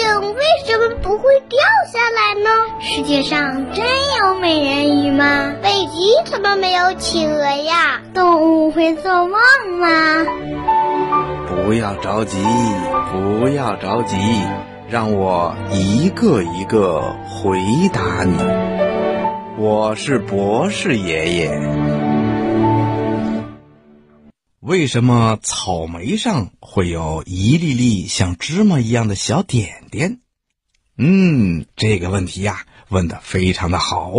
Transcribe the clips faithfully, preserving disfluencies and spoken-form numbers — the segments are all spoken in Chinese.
影为什么不会掉下来呢？世界上真有美人鱼吗？北极怎么没有企鹅呀？动物会做梦吗？ 不要着急，不要着急，让我一个一个回答你。我是博士爷爷。为什么草莓上会有一粒粒像芝麻一样的小点点？嗯，这个问题呀，问得非常的好。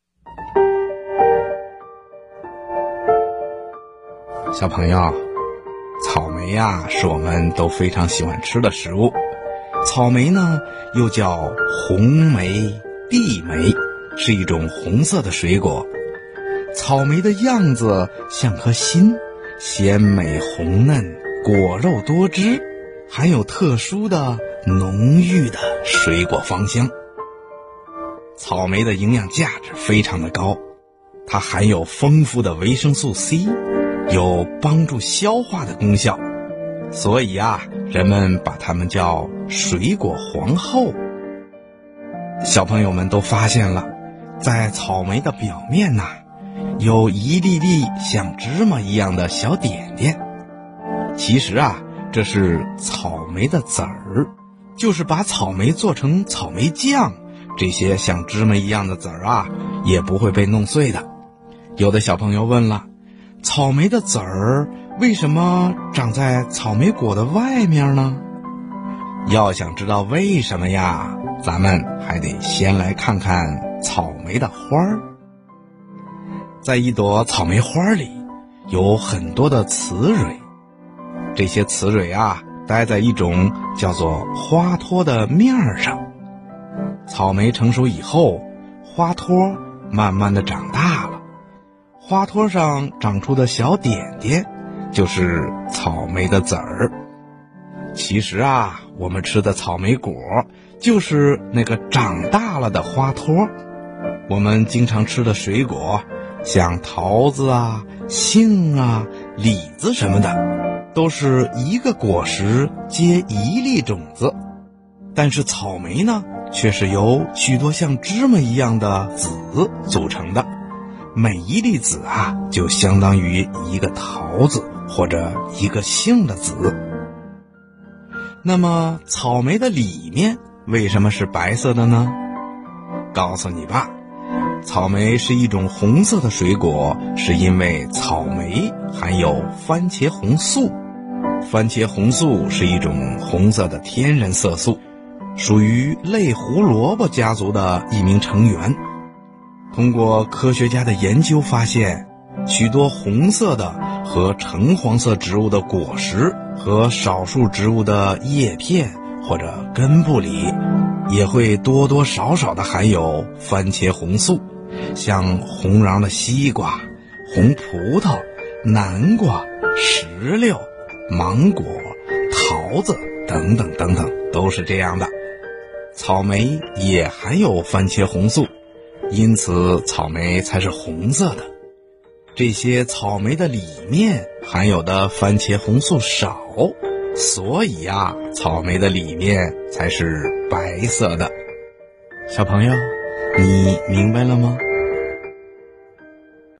小朋友，草莓呀，是我们都非常喜欢吃的食物。草莓呢，又叫红莓、地莓，是一种红色的水果。草莓的样子像颗心，鲜美红嫩，果肉多汁，含有特殊的浓郁的水果芳香。草莓的营养价值非常的高，它含有丰富的维生素 C， 有帮助消化的功效，所以啊，人们把它们叫水果皇后。小朋友们都发现了，在草莓的表面呐，有一粒粒像芝麻一样的小点点。其实啊，这是草莓的籽儿，就是把草莓做成草莓酱，这些像芝麻一样的籽儿啊，也不会被弄碎的。有的小朋友问了，草莓的籽儿为什么长在草莓果的外面呢？要想知道为什么呀，咱们还得先来看看草莓的花儿。在一朵草莓花里，有很多的雌蕊，这些雌蕊啊，待在一种叫做花托的面上。草莓成熟以后，花托慢慢的长大了，花托上长出的小点点就是草莓的籽儿。其实啊，我们吃的草莓果就是那个长大了的花托。我们经常吃的水果，像桃子啊、杏啊、李子什么的，都是一个果实结一粒种子。但是草莓呢，却是由许多像芝麻一样的籽组成的，每一粒籽啊，就相当于一个桃子或者一个杏的籽。那么草莓的里面为什么是白色的呢？告诉你吧，草莓是一种红色的水果，是因为草莓含有番茄红素。番茄红素是一种红色的天然色素，属于类胡萝卜家族的一名成员。通过科学家的研究发现，许多红色的和橙黄色植物的果实和少数植物的叶片或者根部里，也会多多少少的含有番茄红素，像红瓤的西瓜、红葡萄、南瓜、石榴、芒果、桃子等等等等，都是这样的。草莓也含有番茄红素，因此草莓才是红色的。这些草莓的里面含有的番茄红素少，所以呀、啊，草莓的里面才是白色的。小朋友，你明白了吗？